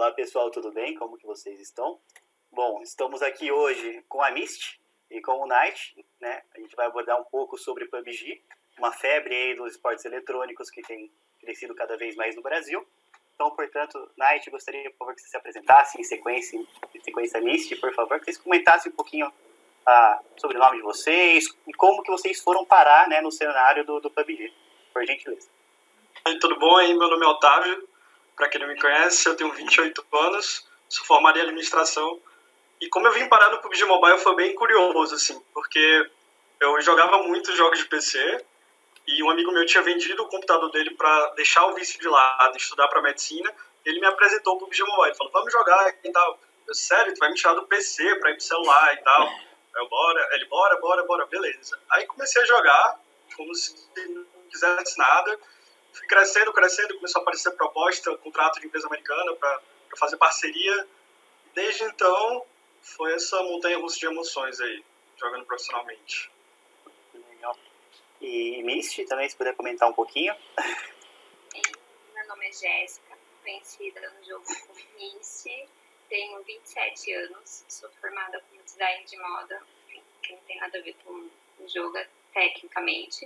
Olá pessoal, tudo bem? Como que vocês estão? Bom, estamos aqui hoje com a Mist e com o Knight, né? A gente vai abordar um pouco sobre PUBG, uma febre aí dos esportes eletrônicos que tem crescido cada vez mais no Brasil. Então, portanto, Knight, gostaria, por favor, que você se apresentasse em sequência Mist, por favor, que vocês comentassem um pouquinho sobre o nome de vocês e como que vocês foram parar, né, no cenário do PUBG, por gentileza. Oi, tudo bom? Meu nome é Otávio, para quem não me conhece, eu tenho 28 anos, sou formado em administração, e como eu vim parar no PUBG Mobile foi bem curioso, assim, porque eu jogava muitos jogos de PC, e um amigo meu tinha vendido o computador dele para deixar o vício de lado, estudar para medicina, ele me apresentou o PUBG Mobile, ele falou, vamos jogar e tal. Eu, sério, tu vai me tirar do PC para ir pro celular e tal? Eu, bora. Ele, bora, beleza. Aí comecei a jogar, como se não quisesse nada, fui crescendo, começou a aparecer proposta, contrato de empresa americana para fazer parceria. Desde então, foi essa montanha-russa de emoções aí, jogando profissionalmente. Legal. E Mist, também, se puder comentar um pouquinho. Meu nome é Jéssica, conhecida no jogo como Mist, tenho 27 anos, sou formada como design de moda, que não tem nada a ver com o jogo tecnicamente.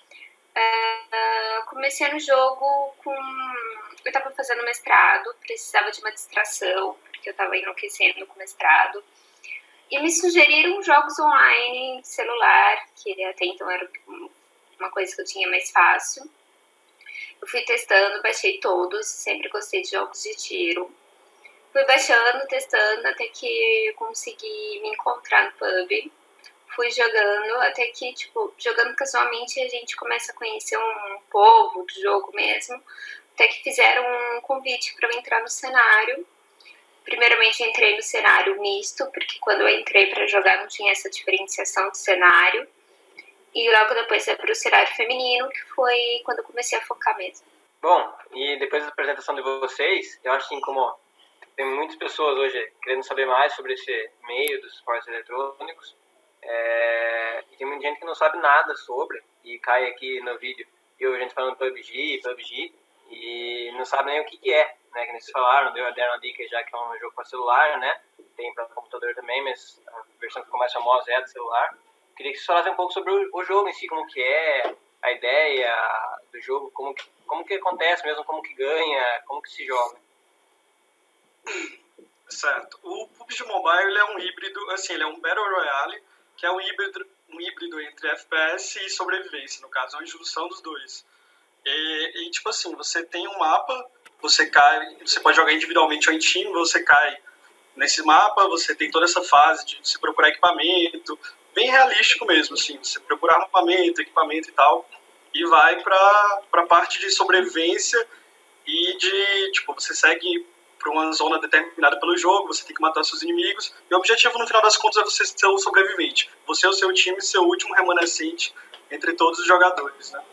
Comecei no jogo eu estava fazendo mestrado, precisava de uma distração, porque eu estava enlouquecendo com o mestrado, e me sugeriram jogos online, celular, que até então era uma coisa que eu tinha mais fácil. Eu fui testando, baixei todos, sempre gostei de jogos de tiro. Fui baixando, testando, até que eu consegui me encontrar no pub. Fui jogando, até que, jogando casualmente, a gente começa a conhecer um povo do jogo mesmo. Até que fizeram um convite para eu entrar no cenário. Primeiramente, entrei no cenário misto, porque quando eu entrei para jogar não tinha essa diferenciação de cenário. E logo depois foi para o cenário feminino, que foi quando eu comecei a focar mesmo. Bom, e depois da apresentação de vocês, eu acho que como tem muitas pessoas hoje querendo saber mais sobre esse meio dos esportes eletrônicos, e tem muita gente que não sabe nada sobre e cai aqui no vídeo e a gente falando PUBG e não sabe nem o que é, né? Que nem vocês falaram, deram a dica já que é um jogo para celular, né? Tem para computador também, mas a versão que ficou mais famosa é a do celular. Queria que vocês falassem um pouco sobre o jogo em si, como que é, a ideia do jogo, como que acontece mesmo, como que ganha, como que se joga. Certo. O PUBG Mobile ele é um híbrido, assim, ele é um Battle Royale, que é um híbrido entre FPS e sobrevivência, no caso, é uma junção dos dois. E tipo assim, você tem um mapa, você pode jogar individualmente ou em time, você cai nesse mapa, você tem toda essa fase de você procurar equipamento, bem realístico mesmo, assim, você procura armamento, equipamento e tal, e vai pra parte de sobrevivência e você segue para uma zona determinada pelo jogo, você tem que matar seus inimigos, e o objetivo no final das contas é você ser o sobrevivente, você e o seu time ser o último remanescente entre todos os jogadores, né?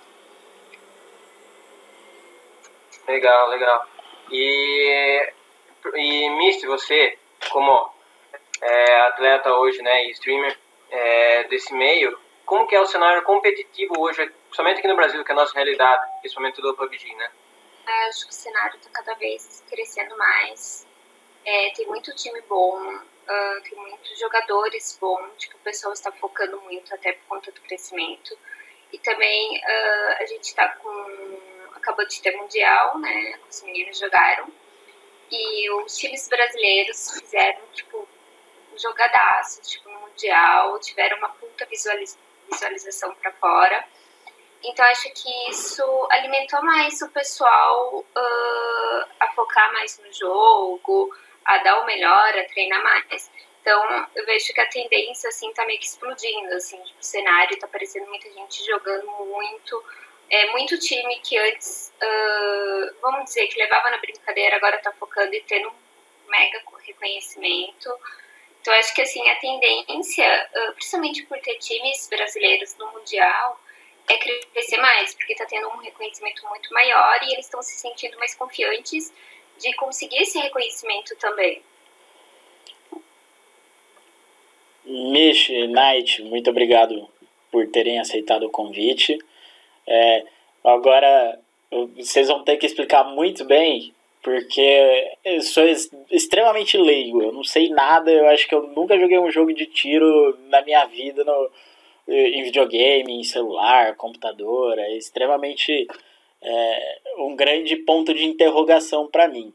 Legal. E Mist, você, como atleta hoje, né, e streamer desse meio, como que é o cenário competitivo hoje, somente aqui no Brasil, que é a nossa realidade, principalmente do PUBG, né? Acho que o cenário está cada vez crescendo mais. Tem muito time bom, tem muitos jogadores bons, o pessoal está focando muito até por conta do crescimento. E também a gente está acabou de ter mundial, né? Os meninos jogaram. E os times brasileiros fizeram, jogadaços, no mundial, tiveram uma puta visualização para fora. Então, acho que isso alimentou mais o pessoal a focar mais no jogo, a dar o melhor, a treinar mais. Então, eu vejo que a tendência, assim, tá meio que explodindo, assim, o cenário tá aparecendo muita gente jogando muito. Muito time que antes, vamos dizer, que levava na brincadeira, agora tá focando e tendo um mega reconhecimento. Então, acho que, assim, a tendência, principalmente por ter times brasileiros no Mundial, é crescer mais, porque está tendo um reconhecimento muito maior e eles estão se sentindo mais confiantes de conseguir esse reconhecimento também. Mish, Knight, muito obrigado por terem aceitado o convite. Agora, vocês vão ter que explicar muito bem porque eu sou extremamente leigo, eu não sei nada, eu acho que eu nunca joguei um jogo de tiro na minha vida em videogame, em celular, computador, é extremamente um grande ponto de interrogação para mim.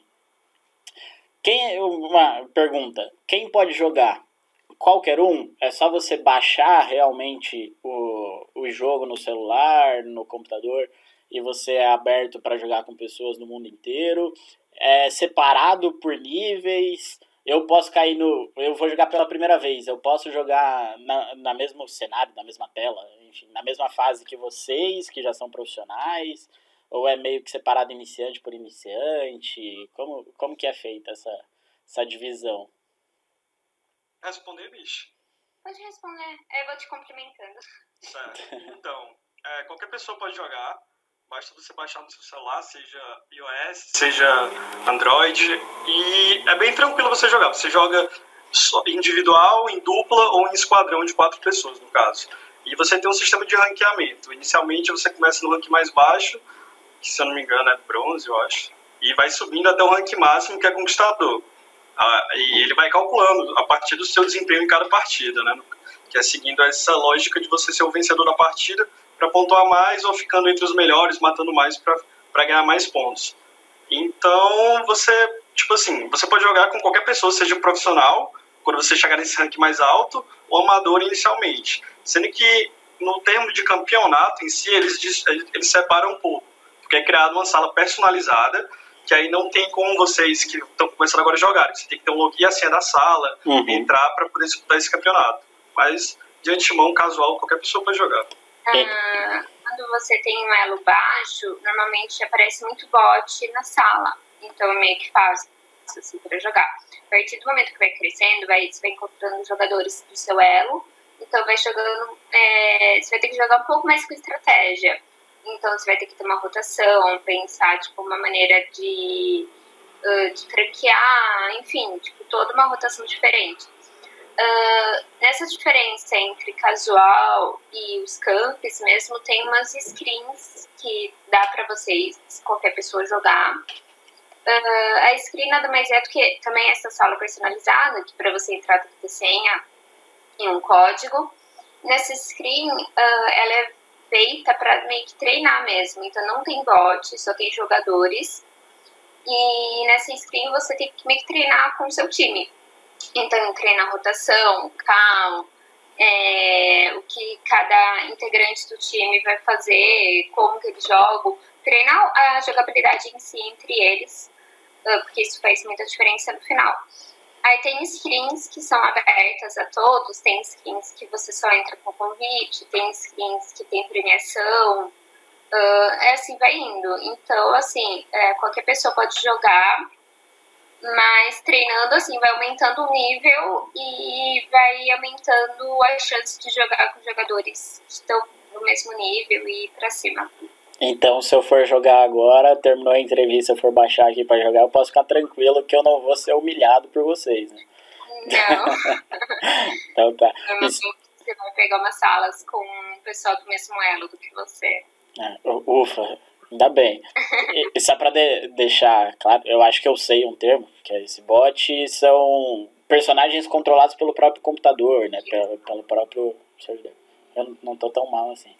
Uma pergunta, quem pode jogar? Qualquer um? É só você baixar realmente o jogo no celular, no computador, e você é aberto para jogar com pessoas no mundo inteiro? É separado por níveis? Eu posso cair eu vou jogar pela primeira vez, eu posso jogar na mesmo cenário, na mesma tela, enfim, na mesma fase que vocês, que já são profissionais? Ou é meio que separado iniciante por iniciante? Como que é feita essa divisão? Responder, bicho. Pode responder, eu vou te cumprimentando. Certo. Então, qualquer pessoa pode jogar. Basta você baixar no seu celular, seja iOS, seja Android. E é bem tranquilo você jogar. Você joga individual, em dupla ou em esquadrão de 4 pessoas, no caso. E você tem um sistema de ranqueamento. Inicialmente você começa no rank mais baixo, que se eu não me engano é bronze, eu acho. E vai subindo até o rank máximo, que é conquistador. E ele vai calculando a partir do seu desempenho em cada partida, né? Que é seguindo essa lógica de você ser o vencedor da partida para pontuar mais ou ficando entre os melhores, matando mais para ganhar mais pontos. Então, você pode jogar com qualquer pessoa, seja profissional, quando você chegar nesse rank mais alto, ou amador inicialmente. Sendo que, no termo de campeonato em si, eles separam um pouco, porque é criada uma sala personalizada, que aí não tem como vocês que estão começando agora a jogar. Você tem que ter um login e a senha da sala, entrar para poder disputar esse campeonato. Mas, de antemão, casual, qualquer pessoa pode jogar. Quando você tem um elo baixo, normalmente aparece muito bot na sala. Então é meio que fácil assim, para jogar. A partir do momento que vai crescendo, você vai encontrando jogadores do seu elo. Então vai jogando. Você vai ter que jogar um pouco mais com estratégia. Então você vai ter que ter uma rotação, pensar uma maneira de franquear, enfim, toda uma rotação diferente. Nessa diferença entre casual e os camps mesmo, tem umas screens que dá pra vocês, qualquer pessoa jogar. A screen nada mais é do que também essa sala personalizada, que pra você entrar tem que ter senha e um código. Nessa screen, ela é feita pra meio que treinar mesmo, então não tem bot, só tem jogadores. E nessa screen você tem que meio que treinar com o seu time. Então, treina a rotação, cal, o que cada integrante do time vai fazer, como que eles jogam, treinar a jogabilidade em si entre eles, porque isso faz muita diferença no final. Aí tem screens que são abertas a todos, tem screens que você só entra com convite, tem screens que tem premiação, assim vai indo. Então, assim, qualquer pessoa pode jogar, mas treinando assim vai aumentando o nível e vai aumentando as chances de jogar com jogadores que estão no mesmo nível e ir pra cima. Então, se eu for jogar agora, terminou a entrevista, eu for baixar aqui pra jogar, eu posso ficar tranquilo que eu não vou ser humilhado por vocês, né? Não. Então tá. Você vai pegar umas salas com o pessoal do mesmo elo do que você. Ufa, ainda bem. E só pra deixar claro, eu acho que eu sei um termo, que é esse bot, são personagens controlados pelo próprio computador, né? Pelo próprio servidor. Eu não tô tão mal assim.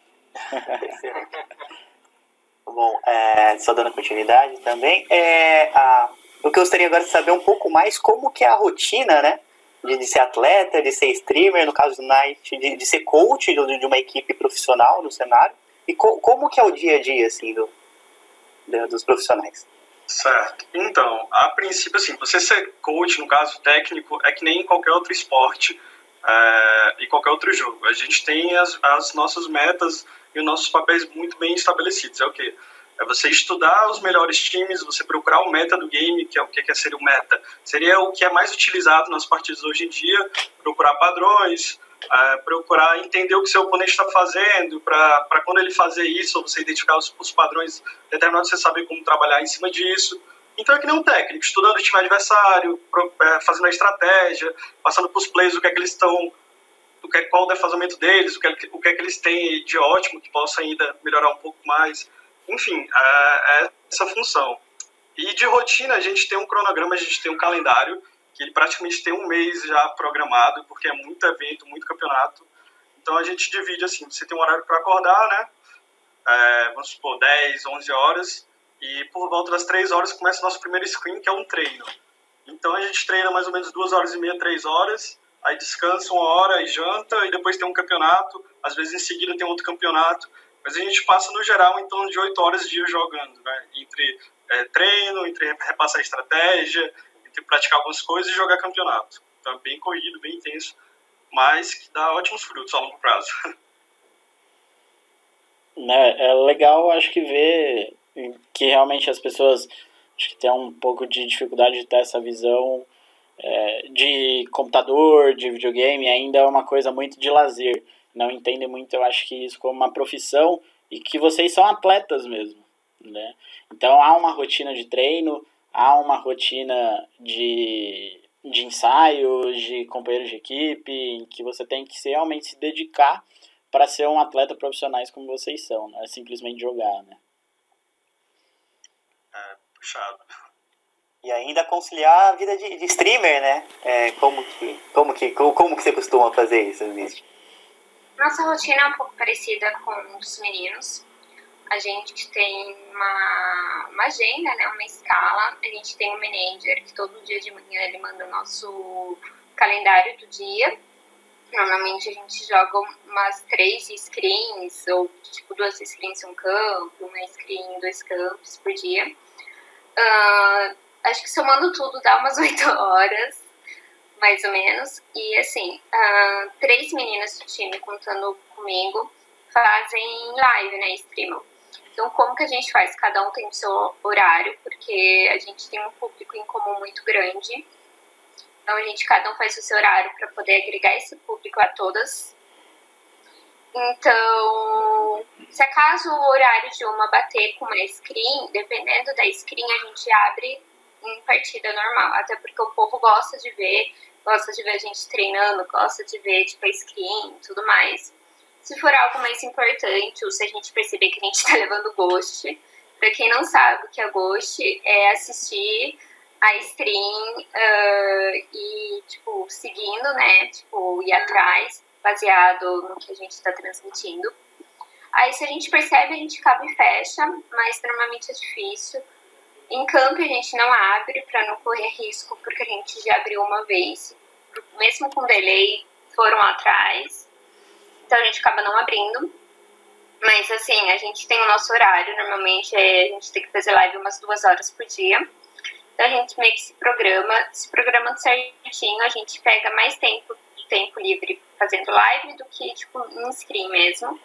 Bom, só dando continuidade também, eu gostaria agora de saber um pouco mais como que é a rotina, né? De ser atleta, de ser streamer, no caso do Knight, de ser coach de uma equipe profissional no cenário. E como que é o dia a dia, assim, dos profissionais? Certo. Então, a princípio, assim, você ser coach, no caso técnico, é que nem em qualquer outro esporte e qualquer outro jogo. A gente tem as nossas metas e os nossos papéis muito bem estabelecidos. É o quê? É você estudar os melhores times, você procurar o meta do game, que é o que seria o meta. Seria o que é mais utilizado nas partidas hoje em dia, procurar padrões, procurar entender o que seu oponente está fazendo, para quando ele fazer isso, você identificar os padrões determinados, você saber como trabalhar em cima disso. Então é que nem um técnico, estudando o time adversário, fazendo a estratégia, passando para os players o que é que eles estão, qual o defazamento deles, o que é que eles têm de ótimo, que possa ainda melhorar um pouco mais. Enfim, é essa função. E de rotina, a gente tem um cronograma, a gente tem um calendário, que ele praticamente tem um mês já programado, porque é muito evento, muito campeonato. Então a gente divide assim, você tem um horário para acordar, né? Vamos supor, 10, 11 horas, e por volta das 3 horas começa o nosso primeiro screen, que é um treino. Então a gente treina mais ou menos 2 horas e meia, 3 horas, aí descansa 1 hora e janta, e depois tem um campeonato, às vezes em seguida tem outro campeonato, mas a gente passa no geral em torno de 8 horas dia jogando, né? Entre treino, entre repassar estratégia, entre praticar algumas coisas e jogar campeonato. Então é bem corrido, bem intenso, mas que dá ótimos frutos a longo prazo. Né, é legal, acho que ver que realmente as pessoas acho que têm um pouco de dificuldade de ter essa visão de computador, de videogame, ainda é uma coisa muito de lazer. Não entendem muito, eu acho que isso como uma profissão e que vocês são atletas mesmo, né? Então há uma rotina de treino, há uma rotina de ensaios, de companheiros de equipe, em que você tem que realmente se dedicar para ser um atleta profissionais como vocês são, não é simplesmente jogar, né? Puxado. E ainda conciliar a vida de streamer, né? Como que você costuma fazer isso, Misty? Nossa rotina é um pouco parecida com os meninos. A gente tem uma agenda, né, uma escala. A gente tem um manager que todo dia de manhã ele manda o nosso calendário do dia. Normalmente a gente joga umas 3 screens, ou tipo 2 screens em um campo, uma screen em 2 campos por dia. Acho que somando tudo dá umas 8 horas, mais ou menos. E assim, 3 meninas do time, contando comigo, fazem live, né, streamam. Então como que a gente faz? Cada um tem o seu horário, porque a gente tem um público em comum muito grande. Então cada um faz o seu horário para poder agregar esse público a todas. Então, se acaso o horário de uma bater com uma screen, dependendo da screen, a gente abre em partida normal. Até porque o povo gosta de ver a gente treinando, gosta de ver tipo, a screen e tudo mais. Se for algo mais importante, ou se a gente perceber que a gente tá levando Ghost, pra quem não sabe o que é Ghost, é assistir a stream e, tipo, seguindo, né, tipo, ir atrás, baseado no que a gente tá transmitindo. Aí, se a gente percebe, a gente acaba e fecha, mas normalmente é difícil. Em campo, a gente não abre pra não correr risco, porque a gente já abriu uma vez. Mesmo com delay, foram atrás. Então, a gente acaba não abrindo. Mas, assim, a gente tem o nosso horário. Normalmente, a gente tem que fazer live umas 2 horas por dia. Então, a gente meio que se programando certinho. A gente pega mais tempo livre fazendo live do que, tipo, em screen mesmo.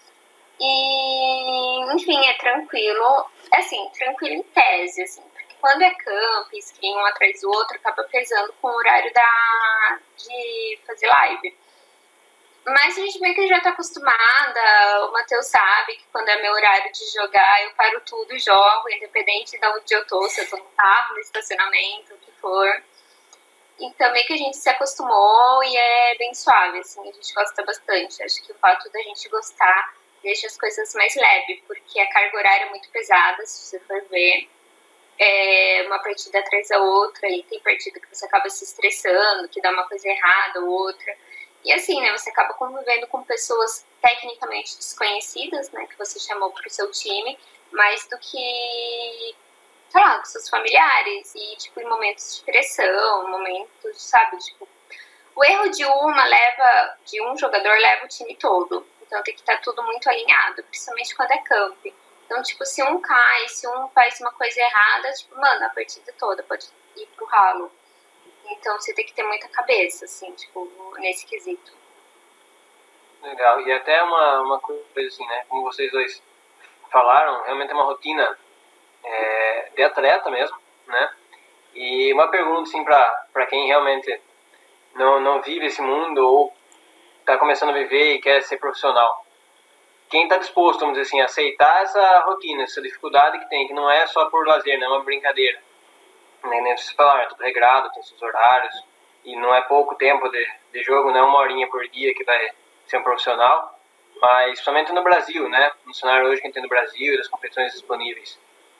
E, enfim, é tranquilo. Assim, tranquilo em tese, assim. Porque quando é camp, screen um atrás do outro, acaba pesando com o horário de fazer live. Mas a gente meio que já tá acostumada. O Matheus sabe que quando é meu horário de jogar, eu paro tudo e jogo, independente de onde eu tô, se eu tô no carro, no estacionamento, o que for. Então meio que a gente se acostumou e é bem suave, assim, a gente gosta bastante. Acho que o fato da gente gostar deixa as coisas mais leves, porque a carga horária é muito pesada, se você for ver. É uma partida atrás da outra, e tem partida que você acaba se estressando, que dá uma coisa errada ou outra. E assim, né, você acaba convivendo com pessoas tecnicamente desconhecidas, né, que você chamou pro seu time, mais do que, sei lá, com seus familiares. E, tipo, em momentos de pressão, momentos, sabe, tipo, o erro de um jogador leva o time todo. Então tem que estar tudo muito alinhado, principalmente quando é camp. Então, tipo, se um cai, se um faz uma coisa errada, tipo, mano, a partida toda pode ir pro ralo. Então você tem que ter muita cabeça, assim, tipo, nesse quesito. Legal, e até uma coisa assim, né, como vocês dois falaram, realmente é uma rotina de atleta mesmo, né, e uma pergunta, assim, pra quem realmente não vive esse mundo ou tá começando a viver e quer ser profissional. Quem tá disposto, vamos dizer assim, a aceitar essa rotina, essa dificuldade que tem, que não é só por lazer, não é uma brincadeira. Nem vocês falaram, é tudo regrado, tem seus horários, e não é pouco tempo de jogo, não é 1 horinha por dia que vai ser um profissional, mas somente no Brasil, né, no cenário hoje que a gente tem no Brasil e das competições disponíveis.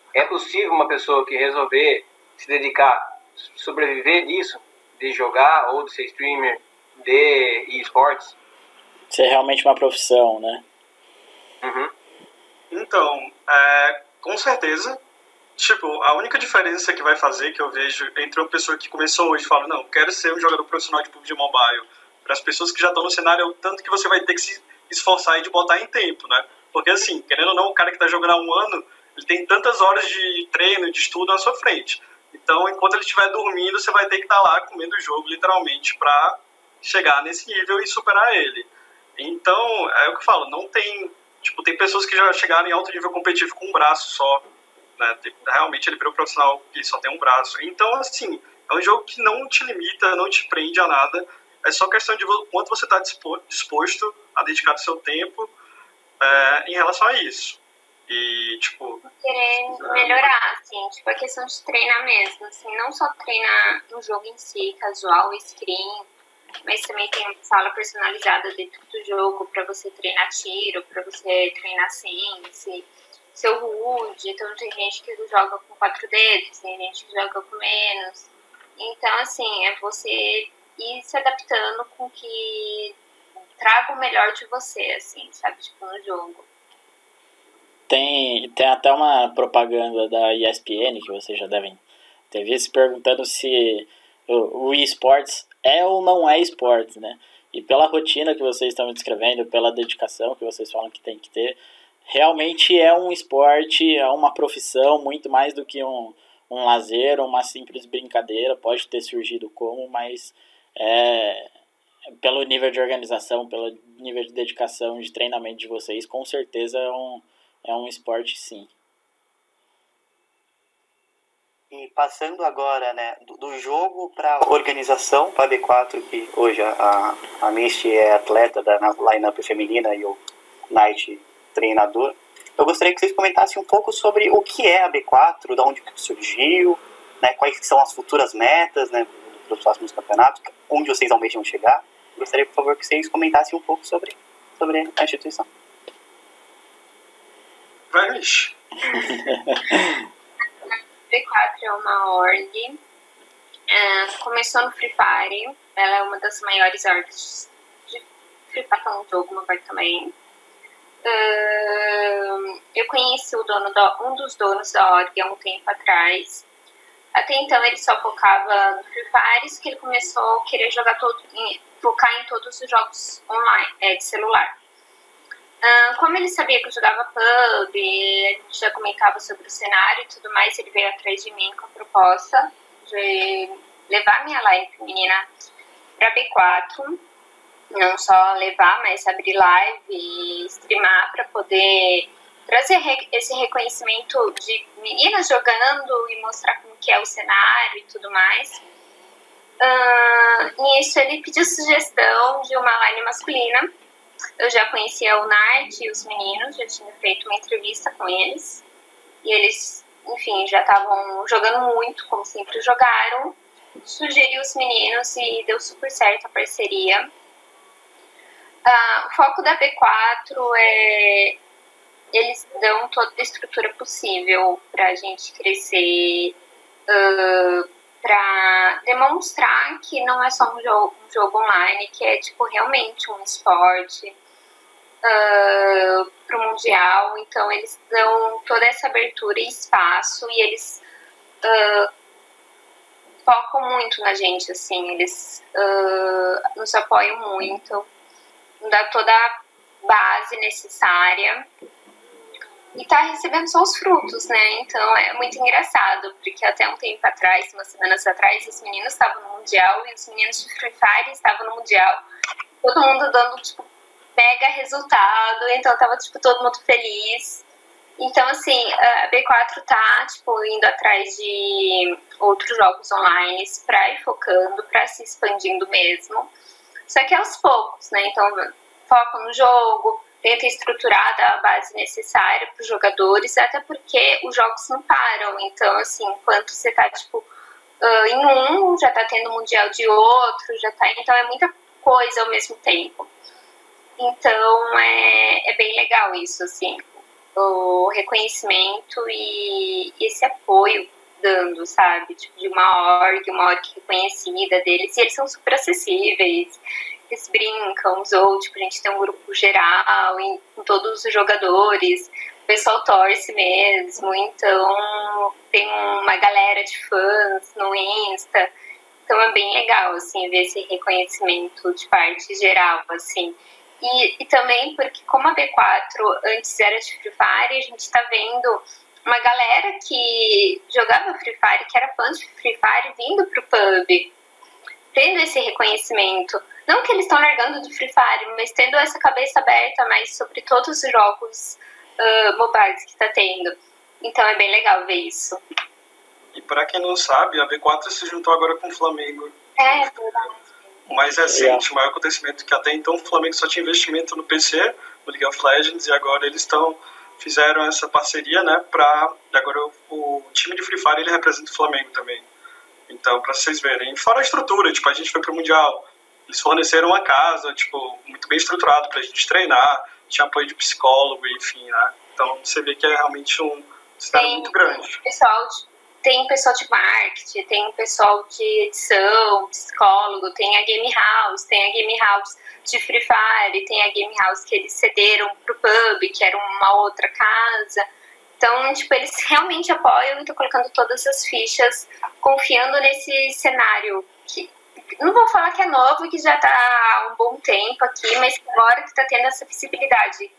É possível uma pessoa que resolver se dedicar, sobreviver disso, de jogar ou de ser streamer de esportes? Ser realmente uma profissão, né? Uhum. Então, com certeza. Tipo, a única diferença que vai fazer, que eu vejo, entre uma pessoa que começou hoje e fala, não, quero ser um jogador profissional de PUBG Mobile, para as pessoas que já estão no cenário, é o tanto que você vai ter que se esforçar e de botar em tempo, né? Porque assim, querendo ou não, o cara que está jogando há um ano, ele tem tantas horas de treino, de estudo na sua frente. Então, enquanto ele estiver dormindo, você vai ter que estar lá comendo o jogo, literalmente, para chegar nesse nível e superar ele. Então, é o que eu falo, não tem... Tipo, tem pessoas que já chegaram em alto nível competitivo com um braço só, né? Realmente ele virou profissional que só tem um braço. Então, assim, é um jogo que não te limita, não te prende a nada. É só questão de quanto você está disposto a dedicar o seu tempo em relação a isso. E, tipo... Querer melhorar, assim, tipo, a questão de treinar mesmo, assim, não só treinar no jogo em si, casual, screen, mas também tem uma sala personalizada dentro do jogo para você treinar tiro, para você treinar sense, seu HUD. Então tem gente que joga com 4 dedos, tem gente que joga com menos. Então, assim, é você ir se adaptando com o que traga o melhor de você, assim, sabe, tipo, no jogo. Tem até uma propaganda da ESPN que vocês já devem ter visto, perguntando se o eSports é ou não é esportes, né? E pela rotina que vocês estão me descrevendo, pela dedicação que vocês falam que tem que ter, realmente é um esporte, é uma profissão, muito mais do que um lazer, uma simples brincadeira. Pode ter surgido como, mas pelo nível de organização, pelo nível de dedicação, de treinamento de vocês, com certeza é um esporte, sim. E passando agora, né, do jogo para a organização, para a B4, que hoje a Misty é atleta da line-up feminina e o Knight treinador, eu gostaria que vocês comentassem um pouco sobre o que é a B4, de onde surgiu, né, quais são as futuras metas, né, dos próximos campeonatos, onde vocês almejam chegar. Eu gostaria, por favor, que vocês comentassem um pouco sobre a instituição. Vai, Mish. B4 é uma org, começou no Free Fire, ela é uma das maiores orgs de Free Fire, é um jogo mobile também. Eu conheci um dos donos da org há um tempo atrás. Até então ele só focava no Free Fire, que ele começou a querer focar em todos os jogos online, de celular. Como ele sabia que eu jogava pub, a gente já comentava sobre o cenário e tudo mais, ele veio atrás de mim com a proposta de levar minha live feminina para B4. Não só levar, mas abrir live e streamar para poder trazer esse reconhecimento de meninas jogando e mostrar como que é o cenário e tudo mais. Nisso ele pediu sugestão de uma line masculina. Eu já conhecia o Nart e os meninos, já tinha feito uma entrevista com eles. E eles, enfim, já estavam jogando muito, como sempre jogaram. Sugeri os meninos e deu super certo a parceria. O foco da B4 é... Eles dão toda a estrutura possível para a gente crescer, para demonstrar que não é só um jogo online, que é tipo realmente um esporte para o Mundial. Então eles dão toda essa abertura e espaço e eles focam muito na gente, assim, eles nos apoiam muito, dá toda a base necessária e tá recebendo só os frutos, né? Então é muito engraçado, porque até um tempo atrás, umas semanas atrás, os meninos estavam no Mundial e os meninos de Free Fire estavam no Mundial, todo mundo dando, tipo, mega resultado, então tava, tipo, todo mundo feliz. Então, assim, a B4 tá, tipo, indo atrás de outros jogos online pra ir focando, pra se expandindo mesmo. Só que aos poucos, né? Então, foca no jogo, tenta estruturar a base necessária para os jogadores, até porque os jogos não param. Então, assim, enquanto você tá, tipo, em um, já tá tendo mundial de outro, já tá... Então, é muita coisa ao mesmo tempo. Então, é bem legal isso, assim. o reconhecimento e esse apoio dando, sabe? Tipo, de uma org reconhecida deles, e eles são super acessíveis, eles brincam, tipo, a gente tem um grupo geral com todos os jogadores, o pessoal torce mesmo, então tem uma galera de fãs no Insta, então é bem legal, assim, ver esse reconhecimento de parte geral, assim. E também porque como a B4 antes era de Free Fire, a gente tá vendo uma galera que jogava Free Fire, que era fã de Free Fire, vindo pro pub, tendo esse reconhecimento. Não que eles estão largando do Free Fire, mas tendo essa cabeça aberta mais sobre todos os jogos mobiles que está tendo. Então é bem legal ver isso. E para quem não sabe, a B4 se juntou agora com o Flamengo. É verdade. O mais recente, o maior acontecimento, que até então o Flamengo só tinha investimento no PC, no League of Legends, e agora eles fizeram essa parceria, né, agora o time de Free Fire ele representa o Flamengo também. Então, para vocês verem. Fora a estrutura, tipo, a gente foi pro Mundial, eles forneceram uma casa, tipo, muito bem estruturado pra gente treinar, tinha apoio de psicólogo, enfim, né. Então, você vê que é realmente um cenário muito grande. Tem pessoal de marketing, tem pessoal de edição, psicólogo, tem a Game House de Free Fire, tem a Game House que eles cederam pro pub, que era uma outra casa. Então, tipo, eles realmente apoiam e estão colocando todas as fichas, confiando nesse cenário que não vou falar que é novo e que já tá há um bom tempo aqui, mas agora que tá tendo essa visibilidade.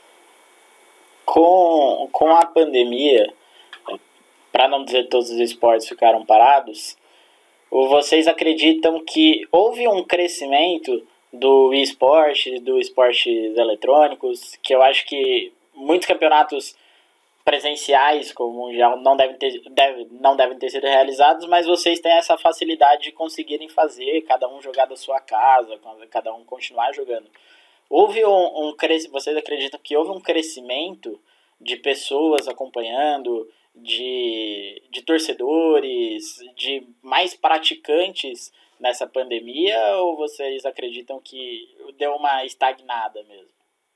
Com a pandemia, para não dizer todos os esportes ficaram parados, vocês acreditam que houve um crescimento do esporte, dos esportes eletrônicos, que eu acho que muitos campeonatos presenciais, como o Mundial, não devem ter sido realizados, mas vocês têm essa facilidade de conseguirem fazer, cada um jogar da sua casa, cada um continuar jogando. Vocês acreditam que houve um crescimento de pessoas acompanhando, de torcedores, de mais praticantes nessa pandemia, ou vocês acreditam que deu uma estagnada mesmo?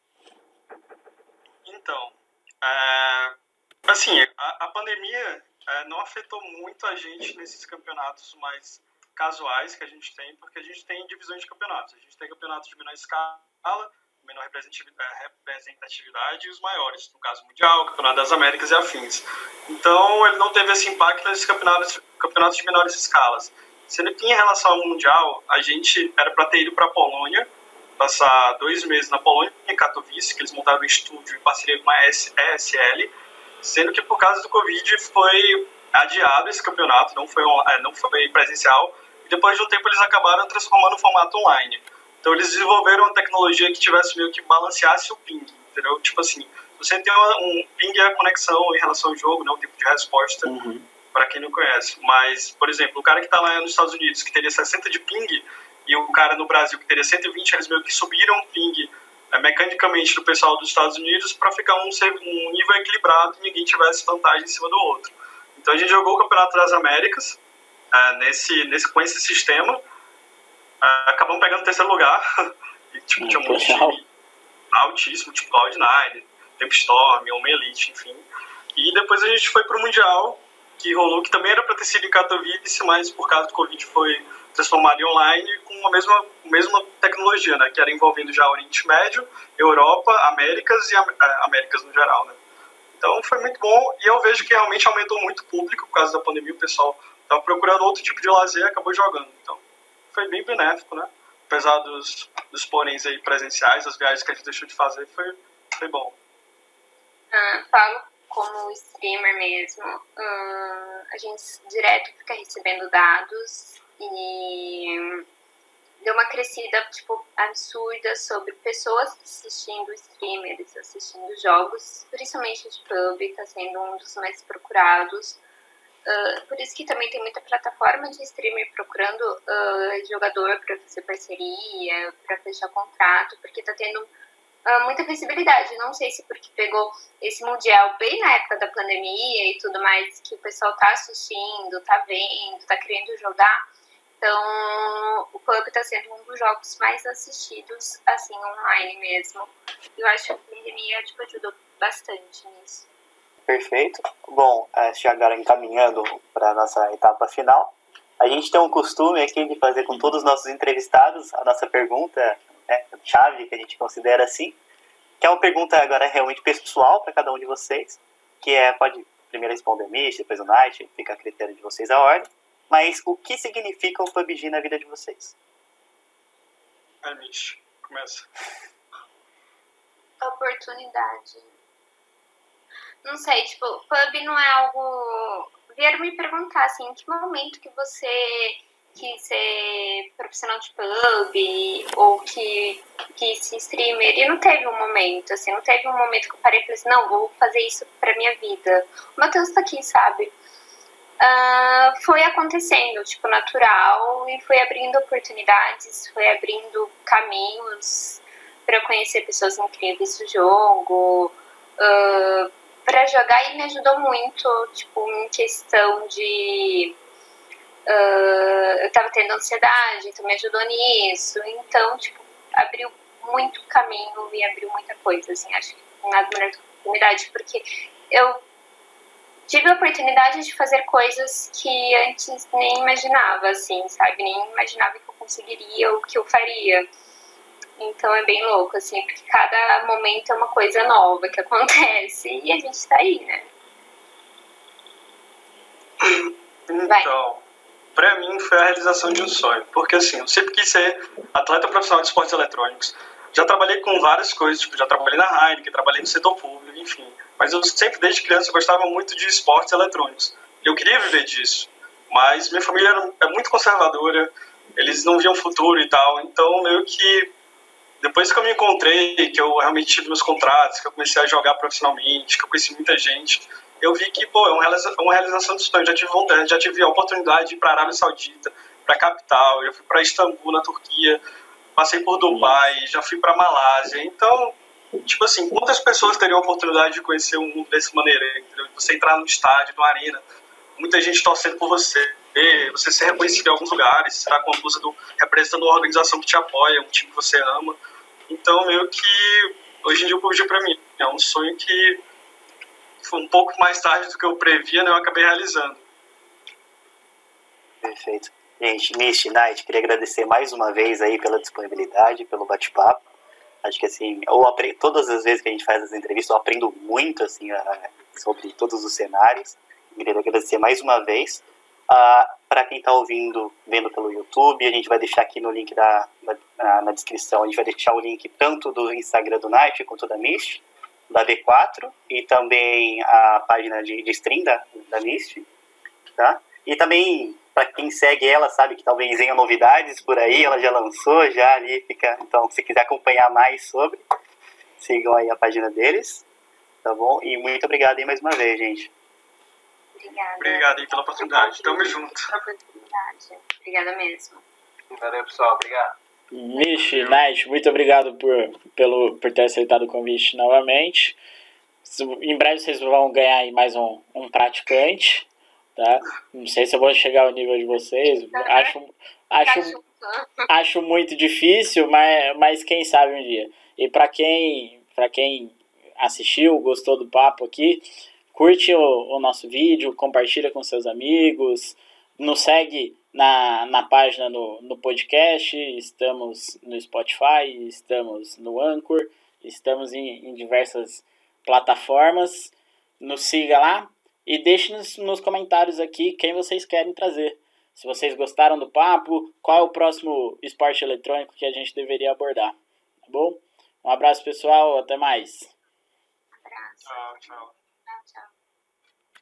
Então, assim, a pandemia não afetou muito a gente nesses campeonatos mais casuais que a gente tem, porque a gente tem divisões de campeonatos. A gente tem campeonatos de menor escala, menor representatividade e os maiores, no caso Mundial, Campeonato das Américas e afins. Então, ele não teve esse impacto nesses campeonatos de menores escalas. Sendo que em relação ao Mundial, a gente era para ter ido para a Polônia, passar 2 meses na Polônia, em Katowice, que eles montaram um estúdio em parceria com a ESL, sendo que por causa do Covid foi adiado esse campeonato, não foi presencial, e depois de um tempo eles acabaram transformando o formato online. Então eles desenvolveram uma tecnologia que tivesse meio que balanceasse o ping, entendeu? Tipo assim, você tem um ping é a conexão em relação ao jogo, né, o tempo de resposta, para quem não conhece. Mas, por exemplo, o cara que está lá nos Estados Unidos, que teria 60 de ping, e o cara no Brasil que teria 120, eles meio que subiram o ping mecanicamente do pessoal dos Estados Unidos para ficar um nível equilibrado e ninguém tivesse vantagem em cima do outro. Então a gente jogou o Campeonato das Américas com esse sistema, acabamos pegando o 3º lugar, e, tipo, tinha um time altíssimo, tipo Cloud9, Tempestorm, Home Elite, enfim. E depois a gente foi pro Mundial, que rolou, que também era para ter sido em Katowice, mas por causa do Covid foi transformado em online com a mesma tecnologia, né, que era envolvendo já Oriente Médio, Europa, Américas e Américas no geral, né. Então foi muito bom e eu vejo que realmente aumentou muito o público por causa da pandemia, o pessoal estava procurando outro tipo de lazer e acabou jogando. Então foi bem benéfico, né, apesar dos poréns aí presenciais, as viagens que a gente deixou de fazer, foi bom. Falo como streamer mesmo, a gente direto fica recebendo dados e deu uma crescida tipo absurda sobre pessoas assistindo streamers, assistindo jogos, principalmente de pub, está sendo um dos mais procurados. Por isso que também tem muita plataforma de streamer procurando jogador para fazer parceria, para fechar contrato, porque está tendo muita visibilidade. Não sei se porque pegou esse Mundial bem na época da pandemia e tudo mais, que o pessoal tá assistindo, tá vendo, tá querendo jogar. Então, o PUBG tá sendo um dos jogos mais assistidos, assim, online mesmo. Eu acho que a pandemia, tipo, ajudou bastante nisso. Perfeito. Bom, já agora encaminhando para a nossa etapa final, a gente tem um costume aqui de fazer com todos os nossos entrevistados a nossa pergunta, né, chave, que a gente considera assim, que é uma pergunta agora realmente pessoal para cada um de vocês, que pode primeiro responder o Mish, depois o Knight, fica a critério de vocês a ordem, mas o que significa o PUBG na vida de vocês? Mish, começa. Oportunidade. Não sei, tipo, pub não é algo... Vieram me perguntar, assim, em que momento que você quis ser profissional de pub ou que ser streamer, e não teve um momento, assim, não teve um momento que eu parei e falei assim, não, vou fazer isso pra minha vida. O Matheus tá aqui, sabe? Foi acontecendo, tipo, natural, e foi abrindo oportunidades, foi abrindo caminhos pra eu conhecer pessoas incríveis do jogo, pra jogar, e me ajudou muito, tipo, em questão de... eu tava tendo ansiedade, então me ajudou nisso. Então, tipo, abriu muito caminho e abriu muita coisa, assim, acho que nada melhor do que oportunidade, porque eu tive a oportunidade de fazer coisas que antes nem imaginava, assim, sabe? Nem imaginava que eu conseguiria ou que eu faria. Então é bem louco, assim, porque cada momento é uma coisa nova que acontece e a gente tá aí, né? Então, pra mim foi a realização de um sonho, porque assim, eu sempre quis ser atleta profissional de esportes eletrônicos. Já trabalhei com várias coisas, tipo, já trabalhei na Heineken, trabalhei no setor público, enfim. Mas eu sempre, desde criança, eu gostava muito de esportes eletrônicos. Eu queria viver disso, mas minha família é muito conservadora, eles não viam futuro e tal, então meio que depois que eu me encontrei, que eu realmente tive meus contratos, que eu comecei a jogar profissionalmente, que eu conheci muita gente, eu vi que, pô, é uma realização de sonho. Já tive vontade, já tive a oportunidade de ir para a Arábia Saudita, para a capital, já fui para Istambul, na Turquia, passei por Dubai, já fui para Malásia. Então, tipo assim, quantas pessoas teriam a oportunidade de conhecer o mundo dessa maneira, entendeu? Você entrar no estádio, numa arena, muita gente torcendo por você, você ser reconhecido em alguns lugares, você tá com a blusa representando uma organização que te apoia, um time que você ama. Então, meio que, hoje em dia, o PUBG pra mim é um sonho que foi um pouco mais tarde do que eu previa, né? Eu acabei realizando. Perfeito. Gente, Mish, Knight, queria agradecer mais uma vez aí pela disponibilidade, pelo bate-papo. Acho que assim, todas as vezes que a gente faz as entrevistas, eu aprendo muito assim, sobre todos os cenários. Queria agradecer mais uma vez. Para quem está vendo pelo YouTube, a gente vai deixar aqui no link na descrição, a gente vai deixar o link tanto do Instagram do Knight quanto da Mist, da V4, e também a página de stream da Mist, tá? E também, para quem segue ela, sabe que talvez venham novidades por aí, ela já lançou, já ali fica... Então, se quiser acompanhar mais sobre, sigam aí a página deles, tá bom? E muito obrigado aí mais uma vez, gente. Obrigada. Obrigado aí pela oportunidade. Tamo junto. Obrigada mesmo. Valeu, pessoal. Obrigado. Mish, Knight, muito obrigado por ter aceitado o convite novamente. Em breve vocês vão ganhar aí mais um praticante, tá? Não sei se eu vou chegar ao nível de vocês. Acho muito difícil, mas quem sabe um dia. E para quem assistiu, gostou do papo aqui, curte o nosso vídeo, compartilha com seus amigos, nos segue na página no podcast, estamos no Spotify, estamos no Anchor, estamos em diversas plataformas. Nos siga lá e deixe nos comentários aqui quem vocês querem trazer. Se vocês gostaram do papo, qual é o próximo esporte eletrônico que a gente deveria abordar, tá bom? Um abraço, pessoal, até mais. Abraço. Tchau, tchau.